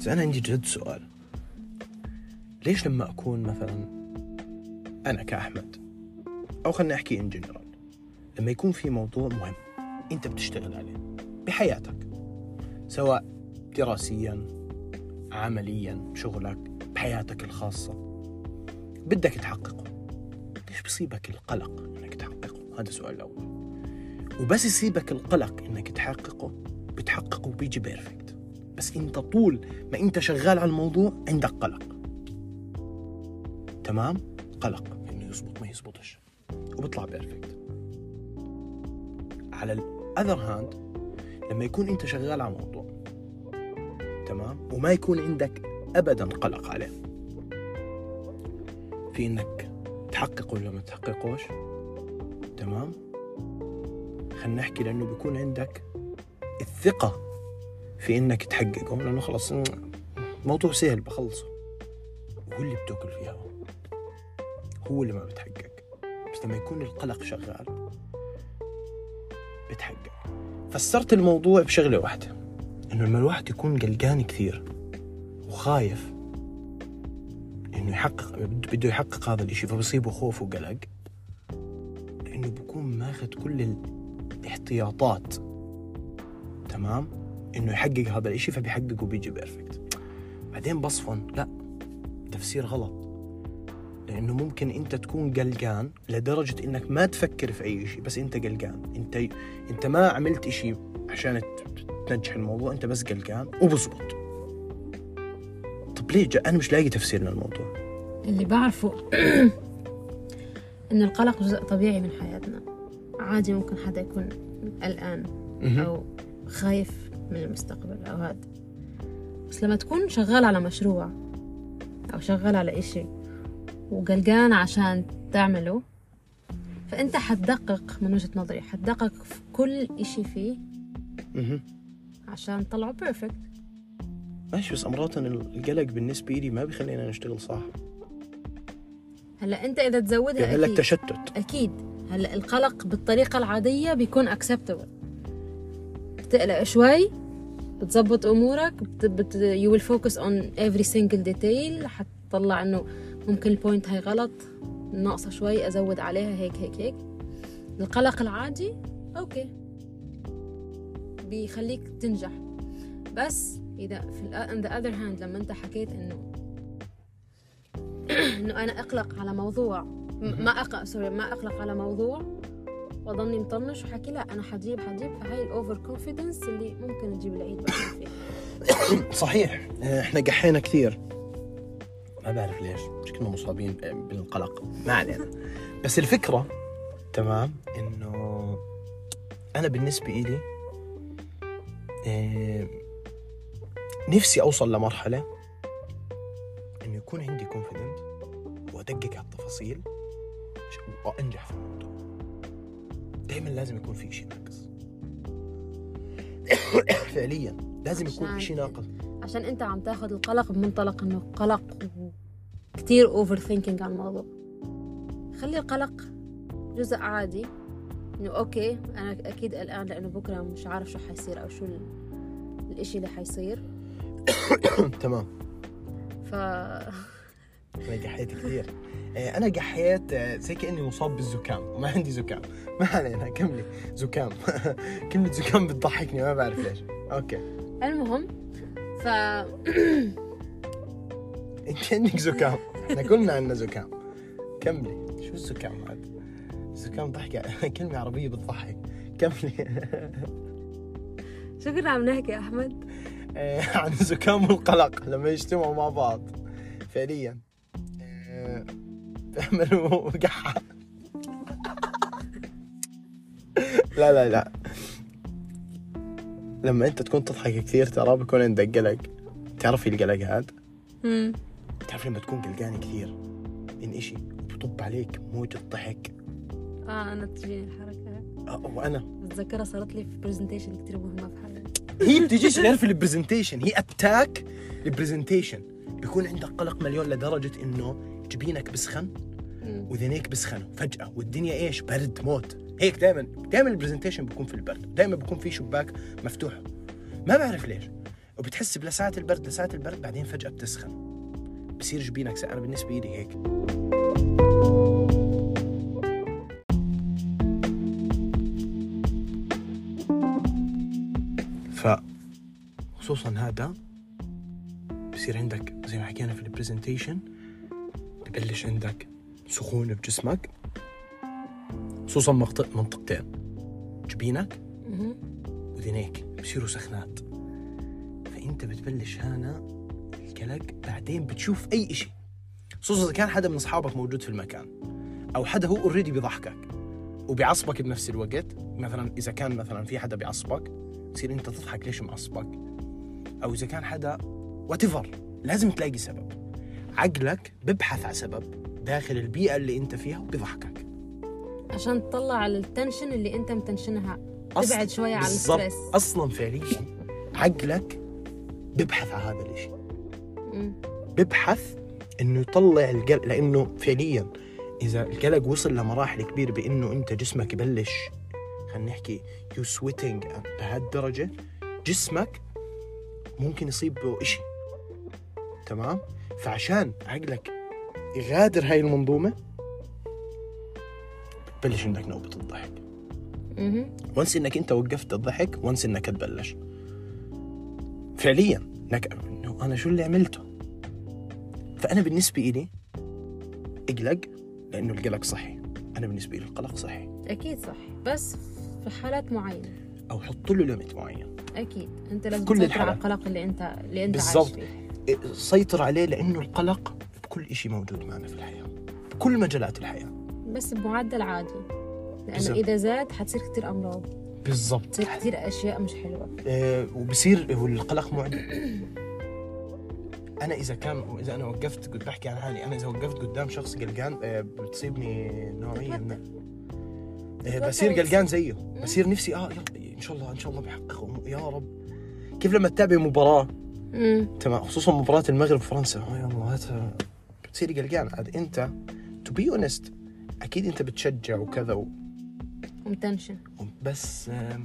بس أنا عندي جد سؤال. ليش لما أكون مثلا أنا كأحمد أو خلنا نحكي إن جنرال، لما يكون في موضوع مهم أنت بتشتغل عليه بحياتك، سواء دراسيا، عمليا، شغلك، بحياتك الخاصة، بدك تحققه، ليش بيصيبك القلق إنك تحققه؟ هذا السؤال الأول. وبس يصيبك القلق إنك تحققه، بتحققه وبيجي بيرفكت، بس أنت طول ما أنت شغال على الموضوع عندك قلق. تمام؟ قلق إنه يزبط ما يزبطش، وبيطلع بيرفكت. على الأذر هاند، لما يكون أنت شغال على موضوع تمام وما يكون عندك أبدا قلق عليه، في إنك تحققه ولا ما تحققوش، تمام، خلنا نحكي، لأنه بيكون عندك الثقة في إنك تحققه، لأنه خلاص موضوع سهل بخلصه، وهو اللي بتاكل فيها، هو اللي ما بتحقق. بس لما يكون القلق شغال بتحقق. فسرت الموضوع بشغلة واحدة، إنه لما الواحد يكون قلقان كثير وخايف إنه يحقق، بده يحقق هذا الإشي، فبصيبه خوف وقلق، لأنه بيكون ماخذ كل الاحتياطات تمام إنه يحقق هذا الإشي، فبيحققه وبيجي بيرفكت. بعدين بصفن لا، تفسير غلط، لأنه ممكن أنت تكون قلقان لدرجة إنك ما تفكر في أي شيء، بس أنت قلقان، أنت ما عملت إشي عشان تنجح الموضوع، أنت بس قلقان وبزبط. طب ليه أنا مش لاقي تفسير للموضوع؟ اللي بعرفه إن القلق جزء طبيعي من حياتنا، عادي ممكن حدا يكون قلقان أو خايف من المستقبل أو هذا، بس لما تكون شغال على مشروع أو شغال على إشي وقلقان عشان تعمله، فأنت حتدقق، من وجهة نظري حتدقق في كل إشي فيه عشان تطلعه بيرفكت. ماشي، بس أمرات القلق بالنسبة لي ما بيخلينا نشتغل صح. هلأ أنت إذا تزودها يعني لك تشتت أكيد. هلأ القلق بالطريقة العادية بيكون acceptable، بتقلق شوي بتزبط أمورك، you will focus on every single detail، حتطلع إنه ممكن البوينت هاي غلط، ناقصة شوي أزود عليها، هيك هيك هيك. القلق العادي أوكي بيخليك تنجح. بس إذا في on the other hand لما أنت حكيت إنه أنا أقلق على موضوع ما أقلق على موضوع وأظني مطنش وحكي لا أنا حجيب، فهاي الأوفر كونفيدنس اللي ممكن تجيب العيد بعدين فيها. صحيح، إحنا قحينا كثير، ما بعرف ليش، مش كنا مصابين بالقلق، ما علينا. بس الفكرة تمام إنه أنا بالنسبة إلي نفسي أوصل لمرحلة إنه يكون عندي كونفيدنت وأدقق على التفاصيل وأنجح في الموضوع. دائما لازم يكون في شيء ناقص. فعليا لازم يكون في شيء ناقص، عشان أنت عم تاخذ القلق بمنطلق إنه قلق كتير اوفر ثينكينج على الموضوع. خلي القلق جزء عادي، إنه أوكي أنا أكيد قلقان لأنه بكرة مش عارف شو حيصير أو شو الإشي اللي حيصير. تمام. أنا قحيت كثير. أنا قحيت زي كأني مصاب بالزكام، ما عندي زكام، ما علينا، كملي. زكام. كلمة زكام بتضحكني، ما بعرف ليش. أوكي. المهم أنت عندك زكام، إحنا قلنا عنا زكام. كملي. شو الزكام هذا؟ زكام ضحكة، كلمة عربية بتضحك. كملي. شو كنا عم نحكي أحمد؟ عن الزكام والقلق لما يجتمعوا مع بعض فعليا بيعملوا قحة. لا لما انت تكون تضحك كثير ترى بيكون عندك قلق. تعرفي القلق هذا؟ تعرف لما تكون قلقان كثير من إشي وبطب عليك موجة ضحك. أنا تجيني الحركة. وأنا بتذكرها صارت لي في برزنتيشن كتير مهمة في حياتي. هي بتجيش غير في البرزنتيشن، هي أتاك البرزنتيشن. بيكون عندك قلق مليون لدرجة إنه جبينك بسخن وذنيك بسخنوا فجأة، والدنيا إيش برد موت. هيك دائما البرزنتيشن بيكون في البرد، دائما بيكون في شباك مفتوح، ما بعرف ليش. وبتحس بلسعة البرد بعدين فجأة بتسخن، بصير جبينك ساقع. أنا بالنسبة لي هيك. فخصوصا هذا بصير عندك زي ما حكينا في البرزنتيشن، ببلش عندك سخون بجسمك، خصوصا منطقتين، جبينك وذنيك بصيروا سخنات. فأنت بتبلش هنا القلق، بعدين بتشوف أي إشي، خصوصا إذا كان حدا من أصحابك موجود في المكان، أو حدا هو اوريدي بيضحكك وبيعصبك بنفس الوقت. مثلا إذا كان مثلا في حدا بيعصبك، تصير أنت تضحك ليش معصبك، أو إذا كان حدا whatever، لازم تلاقي سبب. عقلك ببحث على سبب داخل البيئة اللي أنت فيها وبيضحكك عشان تطلع التنشن اللي أنت متنشنها، تبعد شوية على الستريس. أصلا فعليا عقلك ببحث على هذا الشيء، ببحث إنه يطلع القلق، لأنه فعليا إذا القلق وصل لمراحل كبيرة بإنه أنت جسمك يبلش، خلينا نحكي يو سويتنج بهالدرجة، جسمك ممكن يصيبه إشي. تمام؟ فعشان عقلك يغادر هاي المنظومة بتبلش عندك نوبة الضحك. وانس إنك أنت وقفت الضحك، وانس إنك تبلش فعليا إنه أنا شو اللي عملته. فأنا بالنسبة إلي أقلق لأنه القلق صحي. أنا بالنسبة لي القلق صحي أكيد صح، بس في حالات معينة، أو حط له ليميت معين. أكيد أنت لازم تسيطر على القلق اللي أنت عايش فيه. سيطر عليه، لأنه القلق بكل إشي موجود معنا في الحياة، بكل مجالات الحياة، بس بمعدل عادي، لأنه إذا زاد حتصير كتير أمراض. بالضبط، تصير كتير أشياء مش حلوة. وبصير هو القلق معدي. أنا إذا أنا وقفت، كنت بحكي عن حالي، أنا إذا وقفت قدام شخص قلقان بتصيبني نوعية ما، بصير قلقان زيه، بصير نفسي يلا إن شاء الله بحققه يا رب. كيف لما تتابع مباراة تمام، خصوصا مباراة المغرب وفرنسا، يلا بتصير قلقان عاد. أنت to be honest أكيد أنت بتشجع وكذا ومتنشن، بس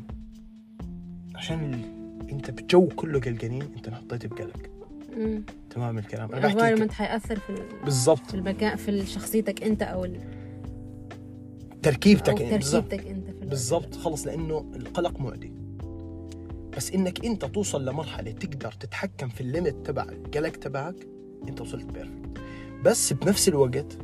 عشان أنت بجو كله قلقانين، أنت حطيت بقلق. تمام الكلام. أنا بحكي environment حيأثر بالضبط في المكان، في شخصيتك أنت أو تركيبتك أنت بالضبط. خلص، لأنه القلق معدي، بس إنك أنت توصل لمرحلة تقدر تتحكم في الليمت تبع القلق تبعك، أنت وصلت بيرفكت. بس بنفس الوقت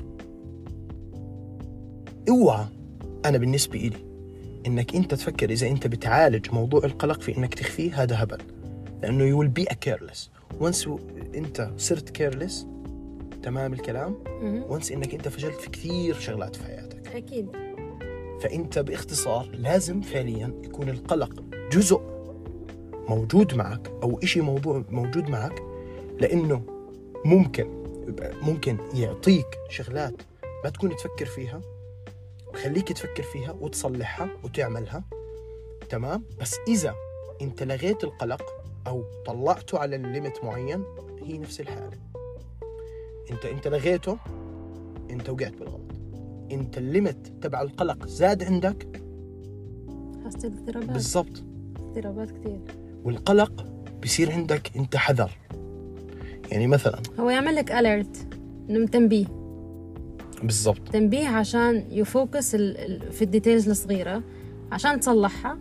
اوعى، أنا بالنسبة إلي إنك أنت تفكر إذا أنت بتعالج موضوع القلق في إنك تخفيه، هذا هبل، لأنه you will be a careless. once أنت صرت careless، تمام الكلام، once إنك أنت فشلت في كثير شغلات في حياتك. أكيد. فأنت باختصار لازم فعليا يكون القلق جزء موجود معك، أو إشي موضوع موجود معك، لأنه ممكن يعطيك شغلات ما تكون تفكر فيها، وخليك تفكر فيها وتصلحها وتعملها. تمام. بس إذا أنت لغيت القلق أو طلعته على الليمت معين، هي نفس الحالة. أنت لغيته، أنت وقعت بالغلط. أنت الليمت تبع القلق زاد عندك، حصل اضطرابات. بالضبط، اضطرابات كتير. والقلق بيصير عندك أنت حذر. يعني مثلا هو يعمل لك أليرت، إنه تنبيه. بالضبط، تنبيه عشان يفوكس في الديتيلز الصغيرة عشان تصلحها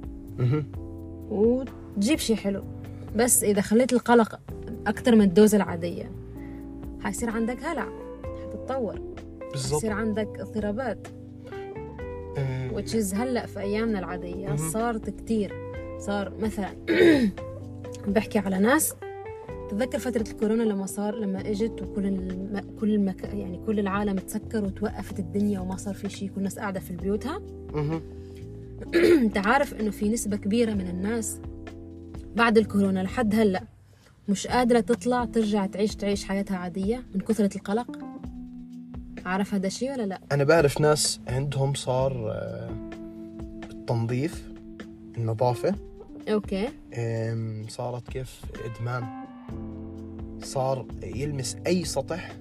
وتجيب شيء حلو. بس إذا خليت القلق أكتر من الدوز العادية، حيصير عندك هلع، حتتطور، بالضبط، يصير عندك اضطرابات. which is هلأ في أيامنا العادية صارت كتير. صار مثلا بحكي على ناس، تذكر فترة الكورونا لما اجت وكل يعني كل العالم تسكر وتوقفت الدنيا وما صار في شيء، كل الناس قاعدة في بيوتها. انت عارف انه في نسبة كبيرة من الناس بعد الكورونا لحد هلأ مش قادرة تطلع ترجع تعيش حياتها عادية من كثرة القلق. عارف هذا الشيء ولا لا؟ أنا بعرف ناس عندهم صار التنظيف، النظافة، أوكي، صارت كيف إدمان، صار يلمس أي سطح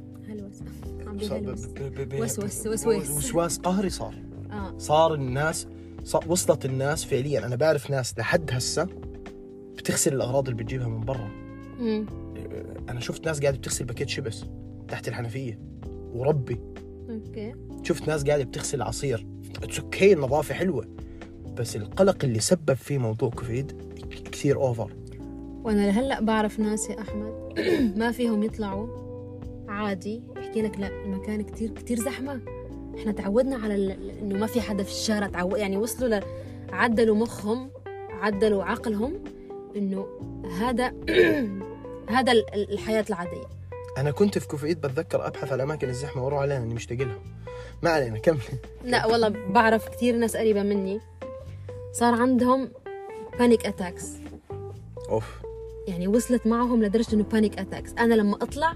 وسواس قهري صار. صار الناس وصلت الناس فعليا، أنا بعرف ناس لحد هسه بتغسل الأغراض اللي بتجيبها من برا. مم. أنا شفت ناس قاعدة بتغسل باكيت شيبس تحت الحنفية وربي. اوكي. شفت ناس قاعدة بتغسل عصير. اوكي النظافة حلوة، بس القلق اللي سبب فيه موضوع كوفيد كثير أوفر. وانا لهلا بعرف ناس يا احمد ما فيهم يطلعوا عادي، يحكي لك لا المكان كتير كتير زحمه، احنا تعودنا على انه ما في حدا في الشارع، يعني وصلوا عدلوا مخهم، عدلوا عقلهم انه هذا هذا الحياه العاديه. أنا كنت في كوفيد بتذكر أبحث على أماكن الزحمة وأروح عليها إني مشتاق لها. ما علينا كمل. لا والله بعرف كتير ناس قريبه مني صار عندهم بانيك اتاكس. أوف. يعني وصلت معهم لدرجة إنه بانيك أتاكس. أنا لما أطلع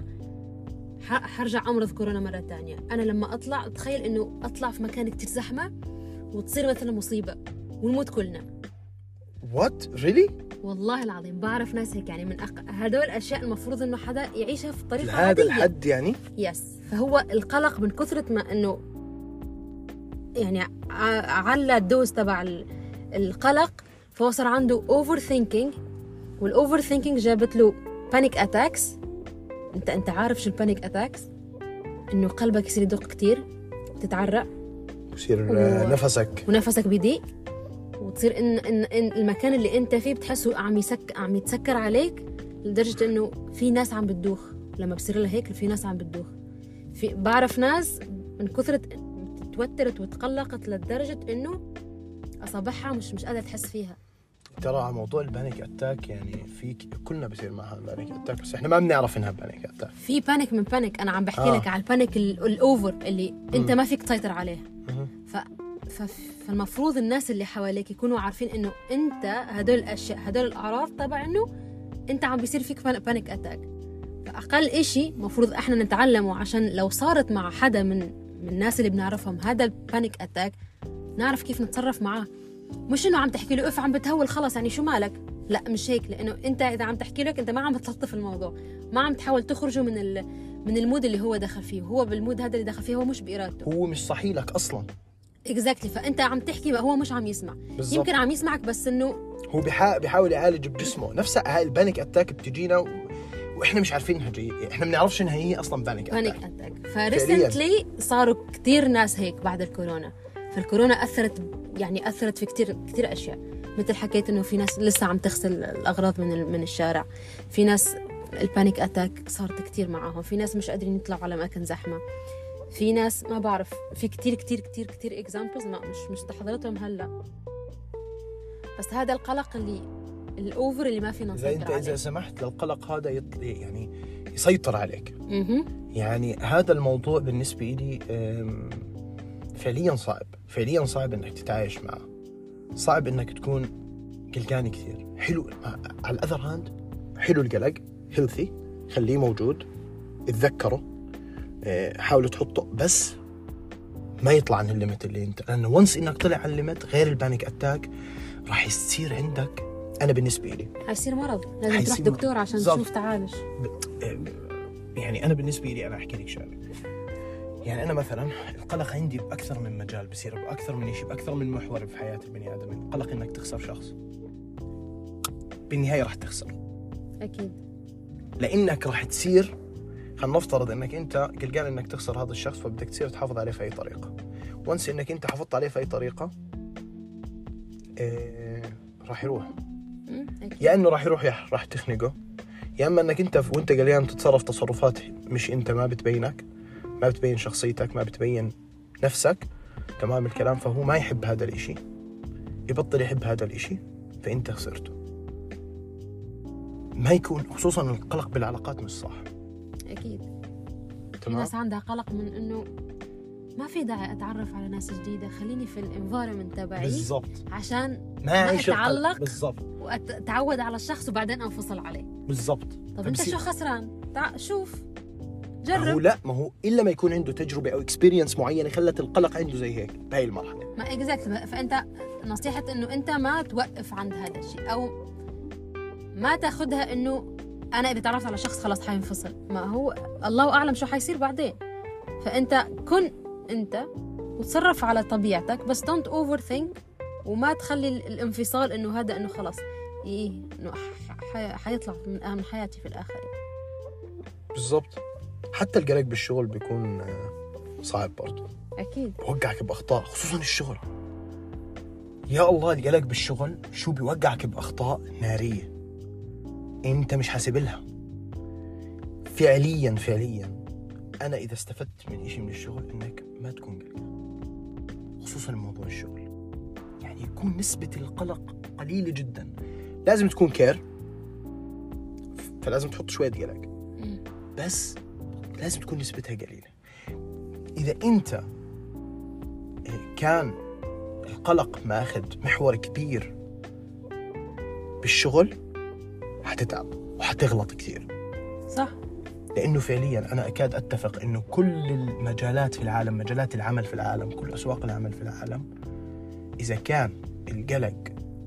حرجع أمرض كورونا مرة تانية. أنا لما أطلع تخيل إنه أطلع في مكان كتير زحمة وتصير مثلا مصيبة ونموت كلنا. What really؟ والله العظيم بعرف ناس هيك، يعني من هدول الأشياء المفروض إنه حدا يعيشها في طريقة هذا عادية. الحد يعني؟ يس. فهو القلق من كثرة ما إنه يعني على الدوز تبع القلق، فهو صار عنده اوفر ثينكينج، والاوفر ثينكينج جابت له بانيك اتاكس. انت عارف شو البانيك اتاكس؟ انه قلبك يصير يدق كتير، تتعرق، يصير ونفسك بيضيق، وتصير إن المكان اللي انت فيه بتحسه عم يتسكر عليك لدرجه انه في ناس عم بتدوخ. لما بصير لها هيك في ناس عم بتدوخ. بعرف ناس من كثرة توترت وتقلقت لدرجه انه اصابعها مش قادره تحس فيها. ترى موضوع البانيك اتاك يعني كلنا بصير معها البانيك اتاك، بس احنا ما بنعرف انها بانيك اتاك. في بانيك من بانيك. انا عم بحكي لك على البانيك الاوفر اللي انت ما فيك تسيطر عليه. فالمفروض الناس اللي حواليك يكونوا عارفين انه انت هدول الاشياء، هدول الاعراض تبع انه انت عم بيصير فيك بانيك اتاك. فاقل إشي مفروض احنا نتعلمه عشان لو صارت مع حدا من الناس اللي بنعرفهم هذا البانيك اتاك نعرف كيف نتصرف معاه. مش انه عم تحكي له عم بتهول خلص يعني شو مالك، لا مش هيك. لانه انت اذا عم تحكي لك انت ما عم بتلطف الموضوع، ما عم تحاول تخرجه من المود اللي هو دخل فيه. هو بالمود هذا اللي دخل فيه هو مش بإرادته، هو مش صحي لك اصلا. اكزاكتلي. فانت عم تحكي بقى هو مش عم يسمع. بالزبط. يمكن عم يسمعك بس انه هو بيحاول يعالج بجسمه. نفسها هاي البانيك اتاك بتجينا واحنا مش عارفينها جاي، احنا بنعرفش انها هي اصلا بانيك اتاك. فريسنتلي صاروا كتير ناس هيك بعد الكورونا. فالكورونا اثرت في كتير اشياء. مثل حكيت انه في ناس لسه عم تغسل الاغراض من الشارع، في ناس البانيك اتاك صارت كتير معاهم، في ناس مش قادرين يطلعوا على اماكن زحمه، في ناس ما بعرف، في كتير كتير كتير كتير اكزامبلز مش مستحضرتهم هلا. بس هذا القلق الاوفر اللي ما فينا نسيطر عليه. اذا سمحت للقلق هذا يعني يسيطر عليك. يعني هذا الموضوع بالنسبه لي فعليا صعب انك تتعايش معه. صعب انك تكون قلقان كثير. حلو على الاذر هاند، حلو القلق، هيلثي، خليه موجود، اتذكره، حاول تحطه، بس ما يطلع عن الليمت اللي انت، لانه وانس انك طلع عن الليمت غير البانيك اتاك راح يصير عندك، انا بالنسبه لي حيصير مرض، لازم تروح دكتور عشان تشوف تعالج. يعني انا بالنسبه لي انا احكي لك شغله. يعني أنا مثلاً القلق عندي بأكثر من مجال، بصير بأكثر من شيء، بأكثر من محور في حياة البني آدم. القلق إنك تخسر شخص، بالنهاية راح تخسر أكيد، لأنك راح تصير، خلينا نفترض إنك أنت قلقان إنك تخسر هذا الشخص، فبدك تصير تحافظ عليه في أي طريقة. وانس إنك أنت حافظت عليه في أي طريقة راح يروح. يا إنه راح يروح، راح تخنقه، يا إما إنك أنت وأنت قلقان تتصرف تصرفات مش أنت، ما بتبينك، ما بتبين شخصيتك، ما بتبين نفسك، تمام الكلام. فهو ما يحب هذا الاشي، يبطل يحب هذا الاشي، فانت خسرته. ما يكون، خصوصا القلق بالعلاقات مش صح. اكيد تمام. في ناس عندها قلق من انه ما في داعي اتعرف على ناس جديده، خليني في الانفايرمنت تبعي بالضبط، عشان ما اتعلق بالضبط واتعود على الشخص وبعدين انفصل عليه. بالضبط. طب انت شو خسران؟ شوف، جرب. ما هو إلا ما يكون عنده تجربة أو إكسبيرينس معينة خلت القلق عنده زي هيك بهاي المرحلة. ما إكزاكت. فأنت نصيحة إنه أنت ما توقف عند هذا الشيء، أو ما تاخدها إنه أنا إذا تعرفت على شخص خلاص حينفصل. ما هو الله أعلم شو حيصير بعدين. فأنت كن أنت وتصرف على طبيعتك، بس don't overthink، وما تخلي الانفصال إنه هذا إنه خلاص إنه حيطلع من حياتي في الآخر. بالضبط. حتى القلق بالشغل بيكون صعب برضه، أكيد بوقعك بأخطاء، خصوصا الشغل. يا الله القلق بالشغل شو بيوقعك بأخطاء نارية انت مش حاسب لها. فعليا انا اذا استفدت من اشي من الشغل انك ما تكون قلقان، خصوصا موضوع الشغل. يعني يكون نسبة القلق قليلة جدا. لازم تكون كير، فلازم تحط شوية قلق، بس لازم تكون نسبتها قليلة. إذا أنت كان القلق ماخذ محور كبير بالشغل حتتعب وحتغلط كثير. صح. لأنه فعليا أنا أكاد أتفق إنه كل المجالات في العالم، مجالات العمل في العالم، كل أسواق العمل في العالم، إذا كان القلق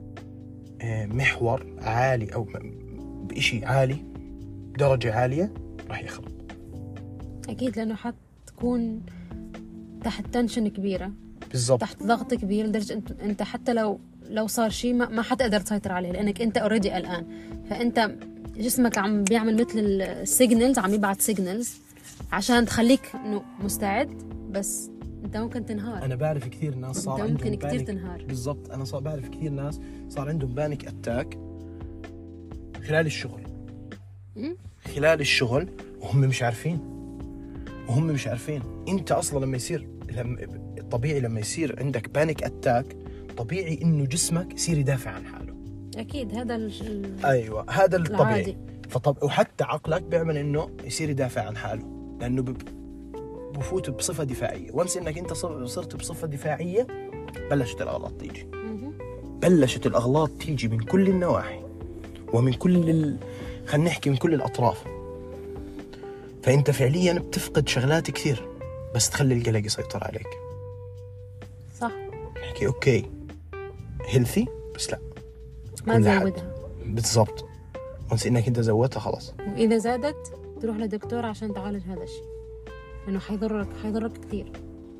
محور عالي أو بإشي عالي بدرجة عالية راح يخرب. أكيد، لأنه حتكون تحت تنشن كبيرة. بالضبط. تحت ضغط كبير لدرجة أنت حتى لو صار شيء ما حتقدر تسيطر عليه، لأنك أنت أوريدي قلقان. فأنت جسمك عم بيعمل مثل السيجنالز، عم يبعث سيجنالز عشان تخليك إنه مستعد، بس أنت ممكن تنهار. أنا بعرف كثير ناس صار عندهم ممكن كثير تنهار. بالضبط. أنا بعرف كثير ناس صار عندهم بانيك أتاك خلال الشغل وهم مش عارفين. أنت أصلا طبيعي لما يصير عندك بانيك أتاك طبيعي إنه جسمك يصير يدافع عن حاله. أكيد هذا أيوة هذا الطبيعي. العادي. وحتى عقلك بيعمل إنه يصير يدافع عن حاله، لأنه بفوت بصفة دفاعية. وانس إنك أنت صرت بصفة دفاعية بلشت الأغلاط تيجي من كل النواحي ومن خلينا نحكي من كل الأطراف. فأنت فعليا بتفقد شغلات كثير بس تخلي القلق يسيطر عليك. صح. نحكي أوكي هيلثي بس لا ما تزودها. بالضبط. وانس إنك أنت زودتها خلاص، وإذا زادت تروح لدكتور عشان تعالج هذا الشيء، لأنه حيضرك كثير.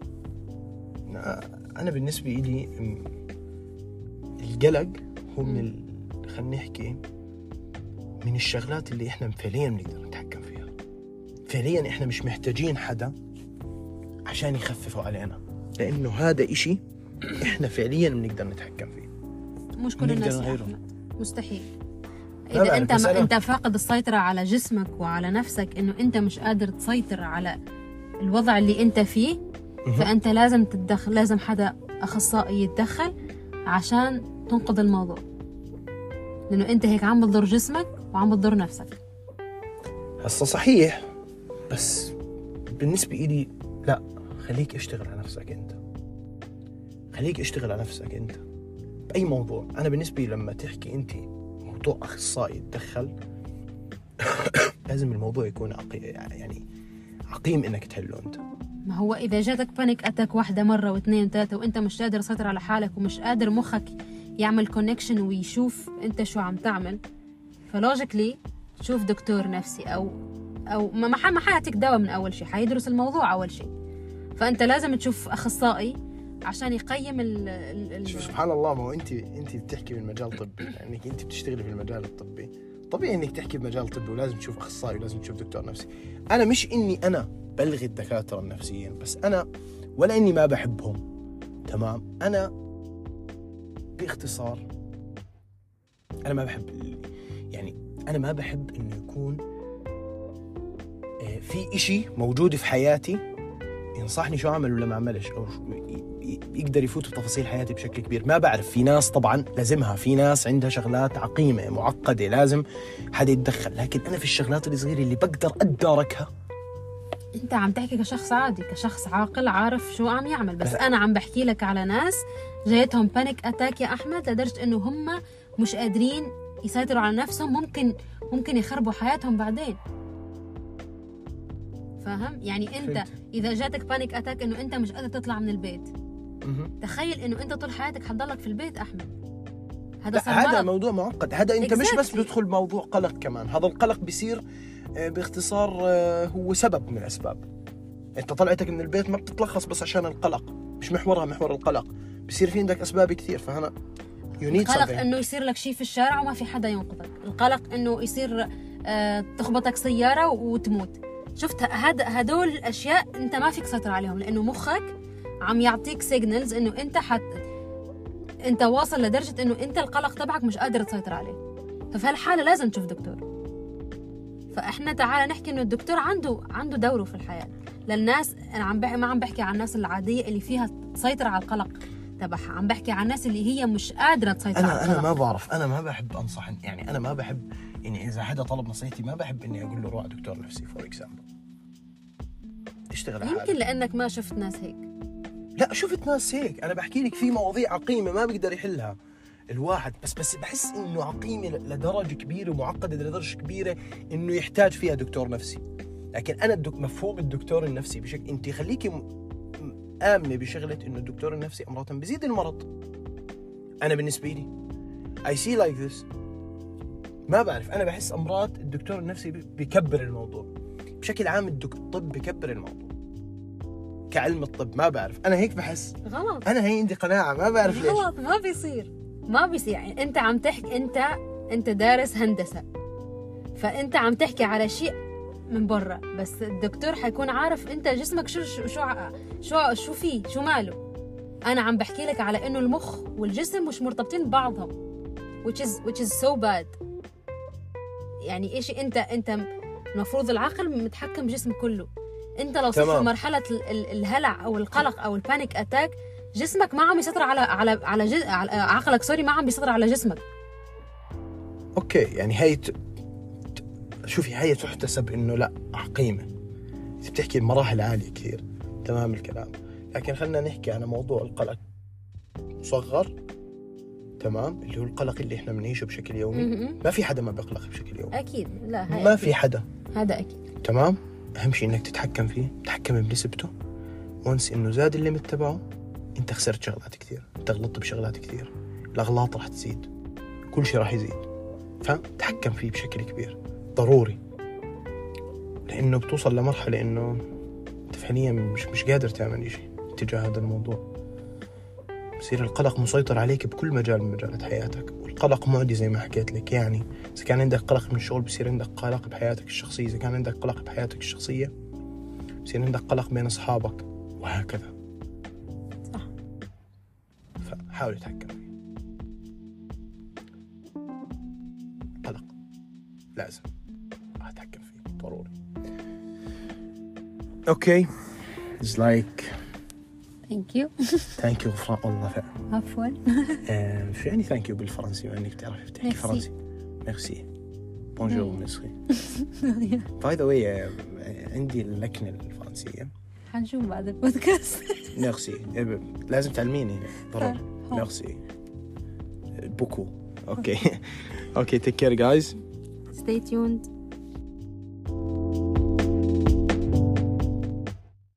أنا بالنسبة إلي القلق هو خلينا نحكي من الشغلات اللي إحنا فعليا بنقدر نتحكم فيها. فعليا إحنا مش محتاجين حدا عشان يخففوا علينا، لأنه هذا إشي إحنا فعليا بنقدر نتحكم فيه. مش كل الناس مستحيل. إذا أنت فاقد السيطرة على جسمك وعلى نفسك، إنه أنت مش قادر تسيطر على الوضع اللي أنت فيه، فأنت لازم لازم حدا أخصائي يتدخل عشان تنقذ الموضوع، لأنه أنت هيك عم بتضر جسمك وعم بتضر نفسك. هسه صحيح، بس بالنسبة إلي لا، خليك اشتغل على نفسك أنت بأي موضوع. أنا بالنسبة لي لما تحكي أنت موضوع أخصائي يتدخل لازم الموضوع يكون عقيم إنك تحله أنت. ما هو إذا جاتك بانيك أتاك واحدة مرة واثنين وثلاثة وأنت مش قادر تسيطر على حالك ومش قادر مخك يعمل كونكشن ويشوف أنت شو عم تعمل، فلوجيكلي تشوف دكتور نفسي أو ما حيعطيك دواء من أول شيء، حيدرس الموضوع أول شيء. فأنت لازم تشوف أخصائي عشان يقيم شوف سبحان الله. ما هو أنت بتحكي من مجال طبي، لأنك أنت بتشتغلي في المجال الطبي، طبيعي إنك تحكي بمجال طبي ولازم تشوف أخصائي ولازم تشوف دكتور نفسي. أنا مش إني أنا بلغي الدكاترة النفسيين، بس أنا ولا إني ما بحبهم، تمام. أنا باختصار أنا ما بحب أنا ما بحب إنه يكون في إشي موجود في حياتي ينصحني شو أعمل ولا ما أعملش، أو يقدر يفوت بتفاصيل حياتي بشكل كبير. ما بعرف، في ناس طبعا لازمها، في ناس عندها شغلات عقيمة معقدة لازم حدا يتدخل، لكن أنا في الشغلات الصغيرة اللي بقدر أتداركها. أنت عم تحكي كشخص عادي، كشخص عاقل عارف شو عم يعمل، بس أنا عم بحكي لك على ناس جايتهم بانيك أتاك يا أحمد لدرجة إنه هم مش قادرين يسيطروا على نفسهم، ممكن يخربوا حياتهم بعدين. فاهم؟ يعني أنت إذا جاتك بانيك أتاك إنه أنت مش قادر تطلع من البيت، تخيل إنه أنت طول حياتك حتضلك في البيت أحمد. هذا موضوع معقد. هذا أنت مش بس بيدخل موضوع قلق كمان، هذا القلق بيصير باختصار هو سبب من الأسباب. أنت طلعتك من البيت ما بتتلخص بس عشان القلق، مش محور القلق، بيصير في عندك أسباب كثير. فهنا القلق انه يصير لك شيء في الشارع وما في حدا ينقذك، القلق انه يصير تخبطك سيارة وتموت. شفت هدول الاشياء انت ما فيك تسيطر عليهم، لانه مخك عم يعطيك سيجنالز انه انت واصل لدرجة انه انت القلق تبعك مش قادر تسيطر عليه. ففي هالحالة لازم تشوف دكتور. فاحنا تعال نحكي انه الدكتور عنده دوره في الحياة للناس. انا ما عم بحكي عن الناس العادية اللي فيها تسيطر على القلق تبعها، عم بحكي عن الناس اللي هي مش قادرة تسيطر على القلق. انا ما بعرف، انا ما بحب انصح، يعني انا ما بحب يعني اذا حدا طلب نصيحتي ما بحب اني اقول له روح دكتور نفسي فور اكزامبل اشتغل على يمكن لانك ما شفت ناس هيك. لا شفت ناس هيك، انا بحكي لك في مواضيع عقيمة ما بيقدر يحلها الواحد، بس بحس انه عقيمة لدرجة كبيرة ومعقدة لدرجة كبيرة انه يحتاج فيها دكتور نفسي. لكن انا مفهوم الدكتور النفسي بشكل انت خليكي آمنة بشغلة انه الدكتور النفسي امراض بيزيد المرض. انا بالنسبة لي I see like this، ما بعرف، انا بحس امراض الدكتور النفسي بيكبر الموضوع بشكل عام. الطب بيكبر الموضوع كعلم الطب، ما بعرف، انا هيك بحس. غلط، انا هي عندي قناعة ما بعرف ليش. غلط، ما بيصير يعني انت عم تحكي، انت دارس هندسة، فانت عم تحكي على شيء من برا، بس الدكتور حيكون عارف انت جسمك شو فيه، شو ماله. انا عم بحكي لك على انه المخ والجسم مش مرتبطين ببعضهم، which is so bad. يعني ايش انت المفروض العقل متحكم بجسم كله. انت لو صرت في مرحله الهلع او القلق او البانيك اتاك، جسمك ما عم يسيطر على عقلك، سوري، ما عم بيسيطر على جسمك. اوكي، يعني هي شوفي هي تحتسب انه لا عقيمه، انت بتحكي بمراحل عاليه كثير، تمام الكلام. لكن خلينا نحكي عن موضوع القلق مصغر، تمام، اللي هو القلق اللي احنا بنعيشه بشكل يومي. ما في حدا ما بيقلق بشكل يومي، اكيد، لا ما في حدا، هذا اكيد، تمام. اهم شيء انك تتحكم فيه، تتحكم بنسبته. وانس انه زاد الليمت تبعه، انت خسرت شغلات كثير، انت غلطت بشغلات كثير، الاغلاط راح تزيد، كل شيء راح يزيد. فتحكم فيه بشكل كبير، ضروري، لانه بتوصل لمرحله انه انت فعليا مش قادر تعمل شيء تجاه هذا الموضوع. بصير القلق مسيطر عليك بكل مجال من مجالات حياتك. والقلق معدي زي ما حكيت لك، يعني اذا كان عندك قلق من الشغل بصير عندك قلق بحياتك الشخصيه، اذا كان عندك قلق بحياتك الشخصيه بصير عندك قلق بين اصحابك، وهكذا. صح. فحاول تتحكم فيه. قلق لازم اتحكم فيه ضروري. اوكي، it's like thank you غفران الله فعلا. عفوا. شو يعني thank you بالفرنسي وانك بتعرفي تحكي فرنسي؟ ميرسي، بونجور، ميرسي. باي ذا واي عندي اللكنه الفرنسيه، حنشوف بعد البودكاست. ميرسي، لازم تعلميني ضروري. ميرسي بوكو. اوكي اوكي، take care guys, stay tuned.